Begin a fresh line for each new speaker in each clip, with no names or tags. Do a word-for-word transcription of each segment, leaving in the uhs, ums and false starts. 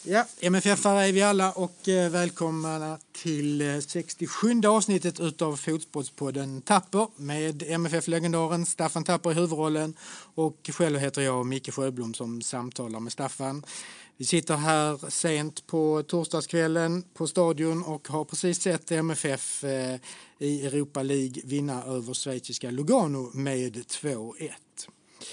Ja, M F F-are är vi alla och eh, välkomna till eh, sextiosjunde avsnittet utav Fotbollspodden Tapper med M F F-legendaren Staffan Tapper i huvudrollen och själv heter jag Micke Sjöblom som samtalar med Staffan. Vi sitter här sent på torsdagskvällen på stadion och har precis sett M F F eh, i Europa League vinna över schweiziska Lugano med två ett.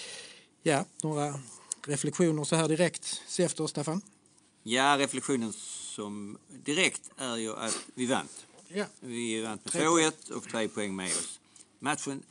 Ja, några reflektioner så här direkt efter Staffan?
Ja, reflektionen som direkt är ju att vi vann.
Ja.
Vi vann med två ett och tre poäng med oss. Matchen,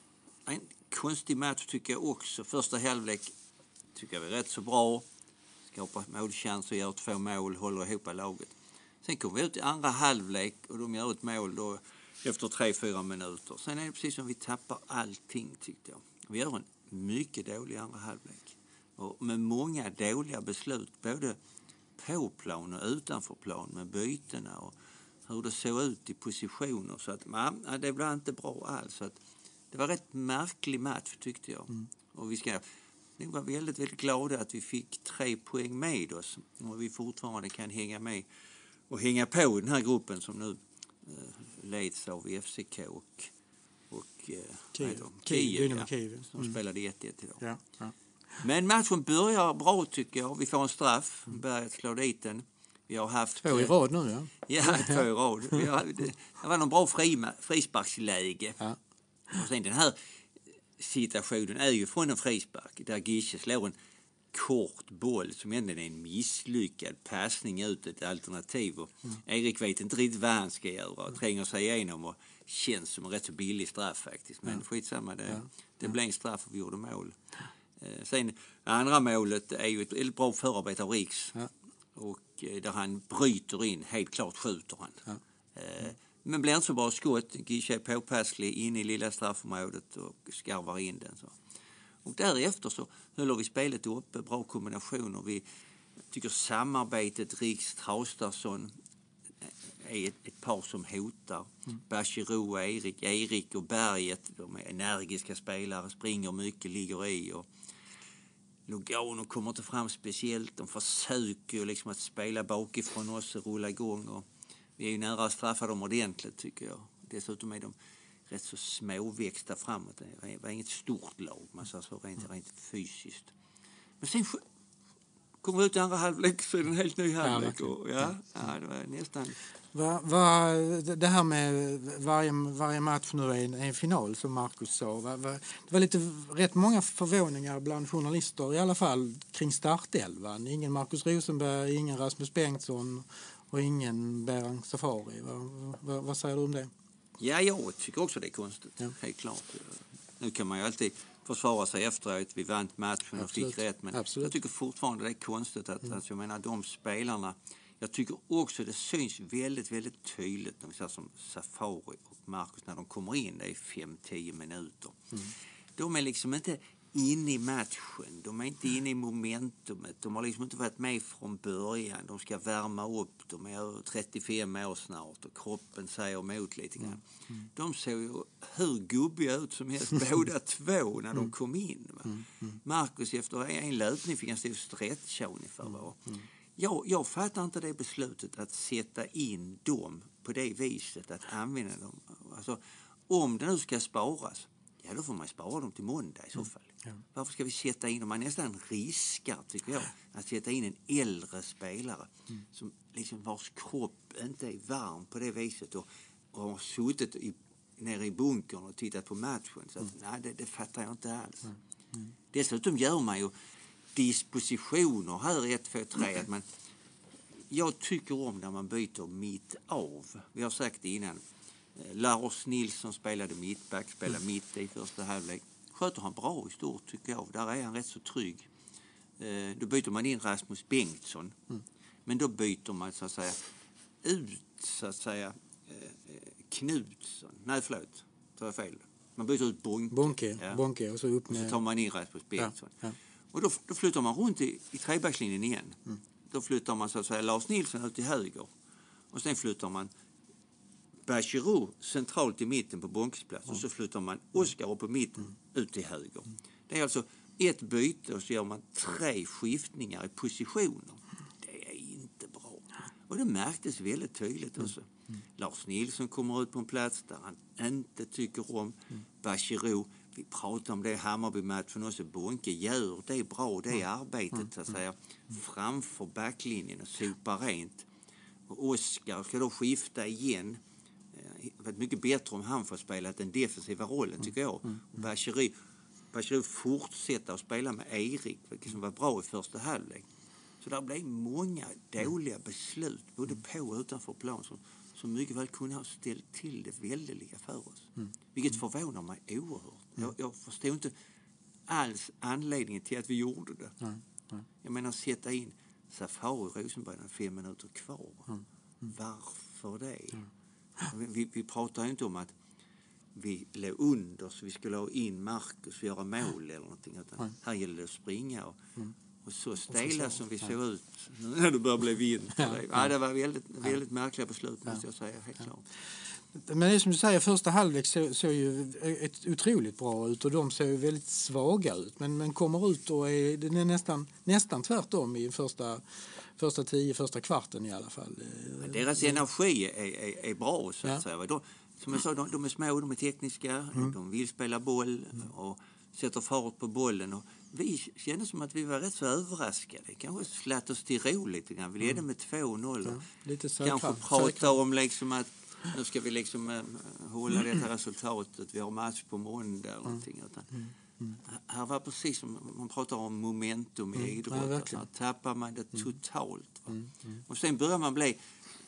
en konstig match tycker jag också. Första halvlek tycker jag var rätt så bra. Skapar målchanser, gör två mål, håller ihop laget. Sen kommer vi ut i andra halvlek och de gör ett mål då efter tre, fyra minuter. Sen är det precis som vi tappar allting tyckte jag. Vi gör en mycket dålig andra halvlek. Och med många dåliga beslut, både på plan och utanför plan med bytena och hur det såg ut i positioner. Så att man, det blev inte bra alls. Så att det var rätt märklig match tyckte jag. Mm. Och vi ska nog vara väldigt, väldigt glada att vi fick tre poäng med oss. Och vi fortfarande kan hänga med och hänga på i den här gruppen som nu eh, leds av F C K och, och eh,
Kiev,
Kiev, ja,
Kiev.
som mm. spelade ett ett idag.
Ja, ja.
Men matchen börjar bra tycker jag. Vi får en straff. Berget slår dit den. Vi har haft...
Två i rad nu, ja.
Ja, två i rad. Vi har, det, det var någon bra fri, frisparksläge.
Ja.
Och sen den här situationen är ju från en frispark. Där Gische slår en kort boll som egentligen är en misslyckad passning ut ett alternativ. Och mm. Erik vet inte riktigt vad han ska göra. Och tränger sig igenom och känns som en rätt så billig straff faktiskt. Men ja. skitsamma, det, ja. det blev en straff och vi gjorde mål. Sen andra målet är ju ett, ett bra förarbete av Riks. Ja. Och där han bryter in, helt klart skjuter han. Ja. Mm. Men blir inte så bra skott. Gische är påpasslig in i lilla straffområdet och skarvar in den. Så. Och därefter så håller vi spelet uppe, bra kombinationer. Vi tycker samarbetet Riks-Traustason är ett, ett par som hotar. Mm. Bachirou och Erik, Erik och Berget, de är energiska spelare, springer mycket, ligger i och Lugano kommer inte fram speciellt. De försöker liksom att spela bakifrån oss och rulla igång. Och vi är ju nära att straffa dem ordentligt tycker jag. Dessutom är de rätt så småväxta framåt. Det var inget stort lag, man sa så rent, rent fysiskt. Men sen kommer vi ut i andra halvlek så är det en helt ny halvlek. Och, ja, ja, det var nästan...
Va, va, det här med varje, varje match nu är en, en final som Marcus sa. Va, va, det var lite rätt många förvåningar bland journalister i alla fall kring startelvan. Ingen Marcus Rosenberg, ingen Rasmus Bengtsson och ingen Berang Safari. Va, va, vad säger du om det?
Ja, jag tycker också det är konstigt. Ja. Helt klart. Nu kan man ju alltid försvara sig efteråt. Vi vann matchen och
Absolut.
fick rätt. Men
Absolut.
jag tycker fortfarande det är konstigt att, mm. att jag menar de spelarna. Jag tycker också det syns väldigt, väldigt tydligt när vi ser som Safari och Marcus när de kommer in. Det är fem till tio minuter. Mm. De är liksom inte inne i matchen. De är inte inne i momentumet. De har liksom inte varit med från början. De ska värma upp. De är trettiofem år snart och kroppen säger emot lite grann. Mm. De såg ju hur gubbiga ut som helst båda två när de kom in. Va? Mm. Mm. Marcus efter en löpning fick han stå och stretcha ungefär. Va? Mm. Jag, jag fattar inte det beslutet att sätta in dem på det viset, att använda dem. Alltså, om det nu ska sparas, ja då får man spara dem till måndag i så fall. Mm. Ja. Varför ska vi sätta in dem? Man nästan riskar, tycker jag, att sätta in en äldre spelare mm. som liksom vars kropp inte är varm på det viset och, och har suttit i, nere i bunkern och tittat på matchen. Så att, mm. nej, det, det fattar jag inte alls. Mm. Mm. Dessutom gör man ju dispositioner här i ett, två, tre att man, jag tycker om när man byter mitt av. Vi har sagt det innan. Lars Nilsson spelade mittback, spelade mm. mitt i första halvlek. Sköter han bra i stort tycker jag. Där är han rätt så trygg. Eh, då byter man in Rasmus Bengtsson. Mm. Men då byter man så att säga ut så att säga eh, Knutsson. Nej förlåt, tar jag fel. Man byter ut Bonke.
Bonke,
ja.
Bonke och så upp med...
Och så tar man in Rasmus Bengtsson.
Ja, ja.
Och då, då flyttar man runt i, i trebackslinjen igen. Mm. Då flyttar man så att säga Lars Nilsson ut till höger. Och sen flyttar man Bachirou centralt i mitten på Bonkes plats. Mm. Och så flyttar man Oskar upp på mitten mm. ut till höger. Mm. Det är alltså ett byte och så gör man tre skiftningar i positioner. Det är Och det märktes väldigt tydligt också. Mm. Lars Nilsson kommer ut på en plats där han inte tycker om mm. Bachirou. Vi pratar om det i Hammarby-matchen också. Bonke gör det är bra, det är arbetet så att säga. Framför backlinjen och sopa rent. Och Oskar ska då skifta igen. Det var mycket bättre om han får spela den defensiva rollen tycker jag. Mm. Och Bachirou, Bachirou fortsätter att spela med Erik, vilket som var bra i första halvlek. Så det blev många dåliga beslut, både på och utanför plan, som, som mycket väl kunde ha ställt till det väldiga för oss. Mm. Vilket förvånar mig oerhört. Jag, jag förstår inte alls anledningen till att vi gjorde det. Mm. Mm. Jag menar, sätta in Safari Rosenberg fem minuter kvar. Mm. Mm. Varför det? Mm. Vi, vi pratar ju inte om att vi låg under så vi skulle ha in Marcus och göra mål eller någonting. Utan mm. här gäller det att springa och mm. Och så stela som vi såg ja. ut när det började bli vinter. Ja, ja. Ja, det var väldigt, väldigt märkliga beslut, ja. måste jag säga, helt ja. klart.
Men det som du säger, första halvlek såg så ju ett otroligt bra ut och de ser ju väldigt svaga ut. Men, men kommer ut och är, det är nästan, nästan tvärtom i första, första tio, första kvarten i alla fall.
Men deras energi är, är, är bra, så att ja. säga. De, som jag sa, de, de är små, de är tekniska, mm. de vill spela boll och sätter fart på bollen. Och vi kände som att vi var rätt så överraskade. Kanske slatt oss till ro lite grann. Vi ledde med två noll. Ja, lite säkra, kanske prata säkra. om liksom att nu ska vi liksom äh, hålla det här resultatet. Vi har match på måndag eller någonting. Utan, mm. Mm. Här var precis som man pratar om momentum i mm. idrott. Ja, tappar man det mm. totalt. Mm. Mm. Och sen börjar man bli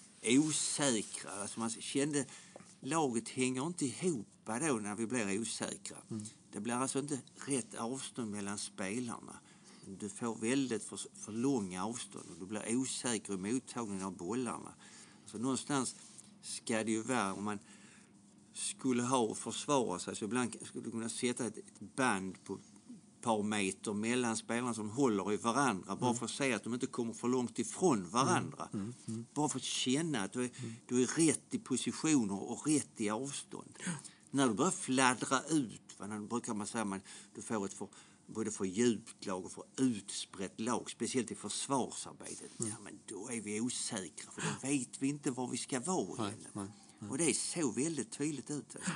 osäkra. Alltså man kände laget hänger inte ihop då när vi blir osäkra. Mm. Det blir alltså inte rätt avstånd mellan spelarna. Du får väldigt för, för långa avstånd och du blir osäker i mottagningen av bollarna. Alltså någonstans ska det ju vara, om man skulle ha och försvara sig, så ibland skulle du kunna sätta ett, ett band på ett par meter mellan spelarna som håller i varandra. Mm. Bara för att se att de inte kommer för långt ifrån varandra. Mm. Mm. Mm. Bara för att känna att du är, mm. du är rätt i positioner och rätt i avstånd. Mm. När du börjar fladdra ut, när brukar man säga att du får ett för, både för djupt lag och för utsprätt lag, speciellt i försvarsarbetet. Mm. Ja, men då är vi osäkra, för då vet vi inte var vi ska vara. Nej, nej, nej. Och det så väldigt tydligt ut. Alltså.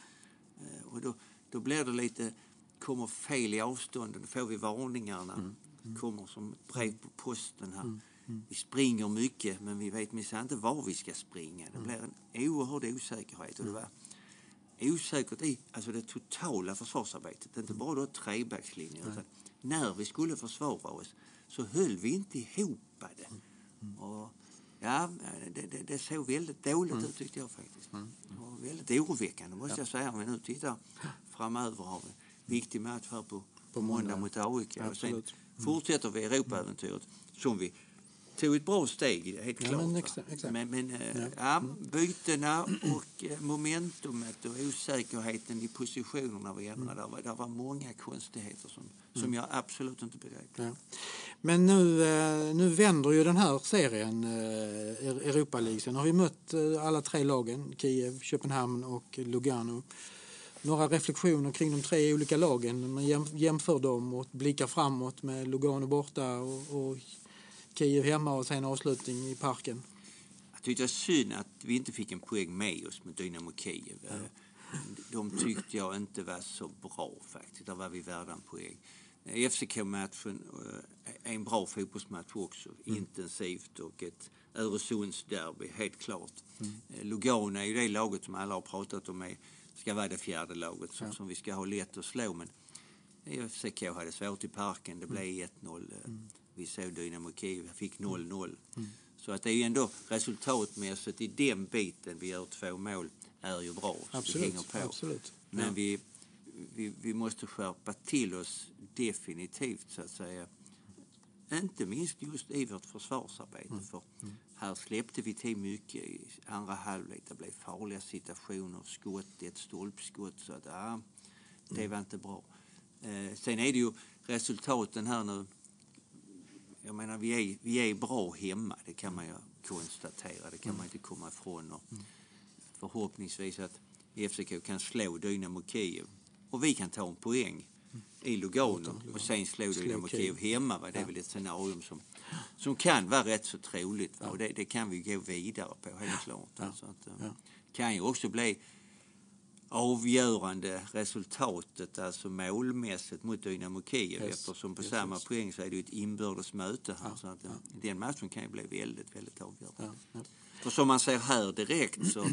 Och då, då blir det lite, kommer fel i avstånden, då får vi varningarna. Mm. Mm. Kommer som brev på posten här. Mm. Mm. Vi springer mycket, men vi vet minst inte var vi ska springa. Det blir en oerhörd osäkerhet. Och det var osäkert i alltså det totala försvarsarbetet. Inte bara då trebackslinjen. Utan när vi skulle försvara oss så höll vi inte ihop det. Mm. Och ja, det, det, det såg väldigt dåligt mm. ut tyckte jag faktiskt. Mm. Och väldigt oroväckande måste ja. jag säga. Om vi nu tittar framöver har vi en viktig match här på, på måndag mot A I K. Och sen mm. fortsätter vi Europaäventyret som vi tog ett bra steg, helt
ja,
klart.
Men, exakt, exakt.
men, men ja. Ja, bytena och momentumet och osäkerheten i positionerna var ändrade. Mm. Där, var, där var många konstigheter som, som mm. jag absolut inte begrep.
Ja. Men nu, nu vänder ju den här serien, Europa League. Sen har vi mött alla tre lagen, Kiev, Köpenhamn och Lugano. Några reflektioner kring de tre olika lagen. Man jämför dem och blickar framåt med Lugano borta och, och Kiev hemma och sen avslutning i Parken.
Jag tyckte det var synd att vi inte fick en poäng med oss med Dynamo Kiev. Ja. De tyckte jag inte var så bra faktiskt. Där var vi värda en poäng. F C K-matchen är en bra fotbollsmatch också. Mm. Intensivt och ett Öresundsderby, helt klart. Mm. Lugano är ju det laget som alla har pratat om är, ska vara det fjärde laget som, ja. som vi ska ha lätt att slå. Men F C K hade svårt i Parken. Det blev ett noll. Mm. Vi såg Dynamo Kiev, fick noll noll. Mm. Så att det är ju ändå resultatmässigt i den biten vi gör två mål är ju bra.
Absolut,
vi hänger på.
Absolut.
Men
ja.
vi, vi, vi måste skärpa till oss definitivt så att säga. Inte minst just i vårt försvarsarbete. Mm. För mm. här släppte vi till mycket i andra halvlek. Det blev farliga situationer, skott, ett stolpskott. Så att ja, det mm. var inte bra. Eh, sen är det ju resultaten här nu. Jag menar, vi är, vi är bra hemma, det kan man ju konstatera, det kan mm. man inte komma ifrån. Och mm. förhoppningsvis att F C K kan slå Dynamo Kiev och vi kan ta en poäng i Lugano och sen slog Dynamo Kiev hemma. Va? Det är ja. väl ett scenario som, som kan vara rätt så troligt. Va? Ja. Och det, det kan vi gå vidare på helt klart. Ja. Så att, ja. kan ju också bli avgörande resultatet, alltså målmässigt mot Dynamo Kiev, yes. eftersom på yes, samma yes. poäng så är det ju ett inbördes möte här. Ja. Så att ja. den matchen kan ju bli väldigt, väldigt avgörande. Ja. Ja. För som man ser här direkt så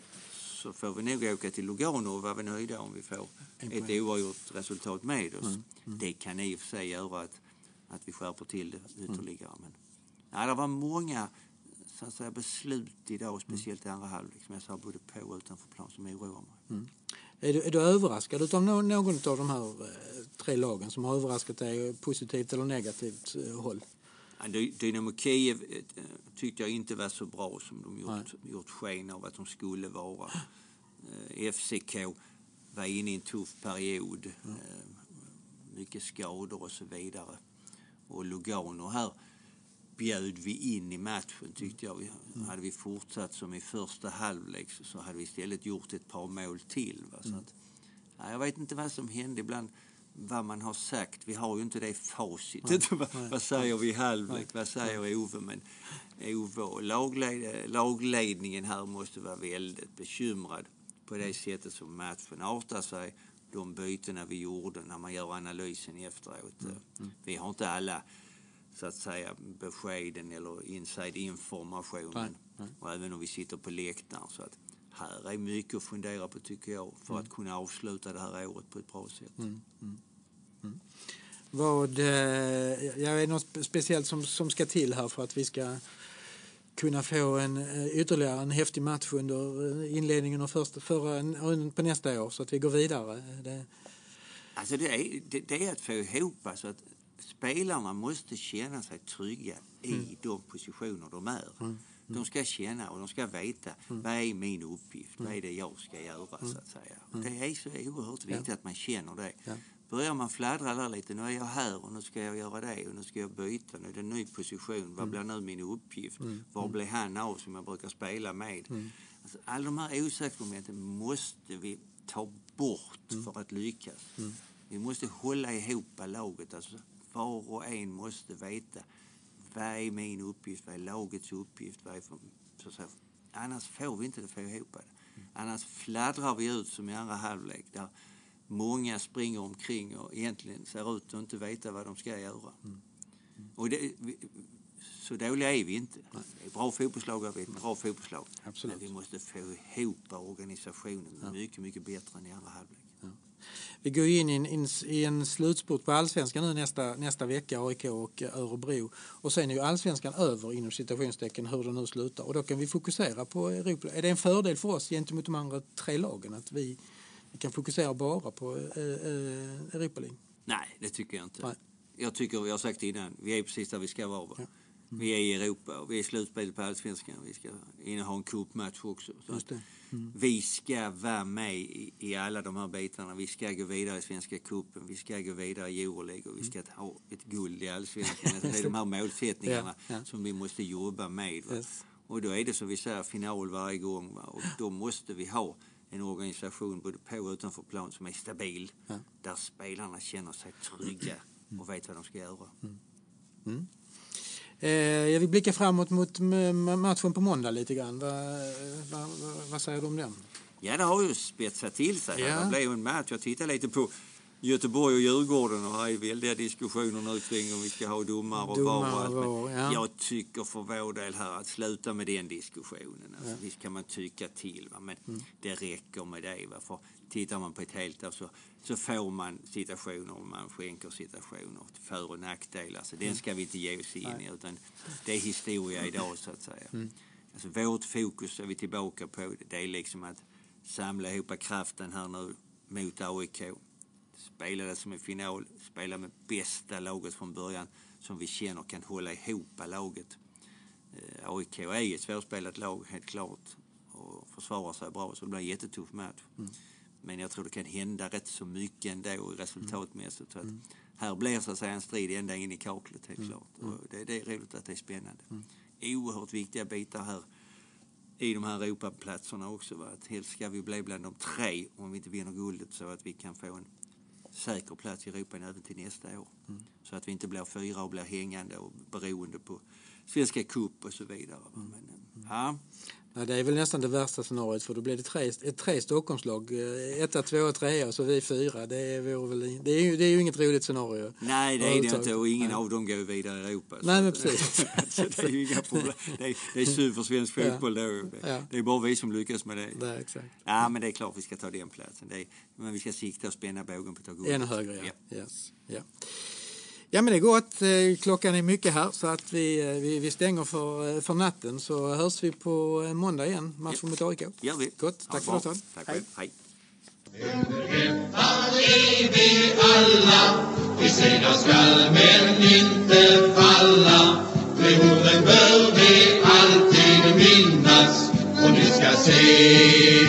så får vi nog åka till Lugano och vara nöjda om vi får ett oavgjort resultat med oss. Mm. Mm. Det kan i och för sig göra att, att vi skärper till det ytterligare. Mm. Men ja, det var många så att säga, beslut idag, speciellt i andra halvlek, som jag sa både på och utanför plan, som oroar mig. Mm.
Är, du, är du överraskad av någon, någon av de här eh, tre lagen som har överraskat dig positivt eller negativt eh, håll?
Dynamo Kiev tyckte jag inte var så bra som de gjort, gjort sken av att de skulle vara. F C K var inne i en tuff period. Mm. Mycket skador och så vidare. Och Lugano här bjöd vi in i matchen, tyckte jag. Mm. Hade vi fortsatt som i första halvlek så hade vi istället gjort ett par mål till. Va? Så att, ja, jag vet inte vad som hände ibland. Vad man har sagt. Vi har ju inte det facitet. Nej, vad, vad säger vi i halvlek? Vad säger Ove? Men Ove och lagled, lagledningen här måste vara väldigt bekymrad på det sättet som matchen artar sig. De bytena vi gjorde när man gör analysen efteråt. Mm. Mm. Vi har inte alla så att säga beskeden eller inside informationen. Mm. Och även om vi sitter på läktaren så att här är mycket att fundera på, tycker jag, för mm. att kunna avsluta det här året på ett bra sätt. Mm. Mm.
Mm. Vad, eh, jag är något speciellt som, som ska till här för att vi ska kunna få en ytterligare en häftig match under inledningen och första, förra, på nästa år, så att vi går vidare. Det...
Alltså det är, det, det är att få ihop, alltså att spelarna måste känna sig trygga i mm. de positioner de är. Mm. De ska känna och de ska veta mm. vad är min uppgift, mm. vad är det jag ska göra mm. så att säga. Mm. Det är så oerhört viktigt ja. att man känner det. Ja. Börjar man fladdra där lite, nu är jag här och nu ska jag göra det och nu ska jag byta, nu är det en ny position, vad blir nu min uppgift, mm. var blir han av som jag brukar spela med. Mm. Alltså, alla de här osäkerhetsmomenten måste vi ta bort mm. för att lyckas. Mm. Vi måste hålla ihop laget, alltså var och en måste veta vad är min uppgift, vad är lagets uppgift, vad är för, så att säga. Annars får vi inte det få ihop det. Mm. Annars fladdrar vi ut som i andra halvlek där många springer omkring och egentligen ser ut att inte veta vad de ska göra. Mm. Mm. Och det, vi, så dåliga är vi inte. Nej. Det är bra fotbollslag och vi är ett bra fotbollslag.
Absolut.
Men vi måste få ihop organisationen ja. mycket, mycket bättre än i andra halvlek. Ja.
Vi går in i en, in, i en slutspurt på Allsvenskan nu nästa, nästa vecka, A I K och Örebro. Och sen är ju Allsvenskan över inom citationstecken hur det nu slutar. Och då kan vi fokusera på Europa. Är det en fördel för oss gentemot de andra tre lagen att vi Vi kan fokusera bara på äh, äh, Europa League?
Nej, det tycker jag inte. Nej. Jag tycker, vi har sagt innan, vi är precis där vi ska vara. Ja. Mm. Vi är i Europa och vi är i slutspelet på Allsvenskan. Vi ska inneha en cupmatch också. Så att mm. vi ska vara med i, i alla de här bitarna. Vi ska gå vidare i Svenska cupen, vi ska gå vidare i Euroleague och vi ska ha ett guld i Allsvenskan. Det är de här målsättningarna ja. Ja. som vi måste jobba med. Yes. Och då är det som vi säger, final varje gång. Va? Och då måste vi ha en organisation både på och utanför plan som är stabil. Ja. Där spelarna känner sig trygga och vet vad de ska göra.
Mm. Mm. Eh, jag vill blicka framåt mot matchen på måndag lite grann. Va, va, va, vad säger du om den?
Ja, det har ju spetsat till sig. Ja. Det blev en match. Jag tittar lite på Göteborg och Djurgården och har ju väldiga diskussioner nu kring om vi ska ha domar och var. var ja. Jag tycker för vår del här att sluta med den diskussionen. Alltså, ja. Visst kan man tycka till, va? Men mm. det räcker med det. Va? För tittar man på ett helt år så, så får man situationer och man skänker situationer för- och nackdelar. Alltså, den ska vi inte ge oss in i, utan det är historia idag så att säga. Mm. Alltså, vårt fokus är vi tillbaka på. Det är liksom att samla ihop kraften här nu mot A I K. Spelade som en final, spela med bästa laget från början som vi känner kan hålla ihop laget. Eh, A I K är ett svårspelat lag, helt klart, och försvarar sig bra, så det blir en jättetuff match. Mm. Men jag tror det kan hända rätt så mycket ändå resultatmässigt. Så att mm. här blir så att säga en strid ända in i kaklet, helt mm. klart. Och det, det är roligt att det är spännande. Mm. Oerhört viktiga bitar här i de här Europaplatserna också. Va? Att helst ska vi bli bland de tre om vi inte vinner guldet, så att vi kan få en säker plats i Europa även till nästa år. Mm. Så att vi inte blir fyra och blir hängande och beroende på Svenska cup och så vidare. Mm. Men, ja.
Ja, det är väl nästan det värsta scenariot, för då blir det tre, ett tre Stockholmslag, ett, två, tre och så vi fyra. Det är, väl, det, är ju, det är ju inget roligt scenario.
Nej, det är det inte, och ingen Nej. av dem går vidare i Europa.
Nej, men precis.
Så det är ju inga problem. Det är, det är synd för svensk fotboll ja. då. Det, ja. det är bara vi som lyckas med det.
det exakt.
Ja, men det är klart vi ska ta den platsen. Det är, men vi ska sikta och spänna bågen på att ta guld.
Ännu högre, ja. ja. Yes. ja. Ja, men det är gott. Klockan är mycket här så att vi, vi, vi stänger för, för natten, så hörs vi på måndag igen. Match mot A I K.
Ja, vi.
Gott. Tack för det.
Tack själv. Hej.
Överhämtade är vi alla, vi segrar skall men inte falla. De orden bör vi alltid minnas, och ni ska se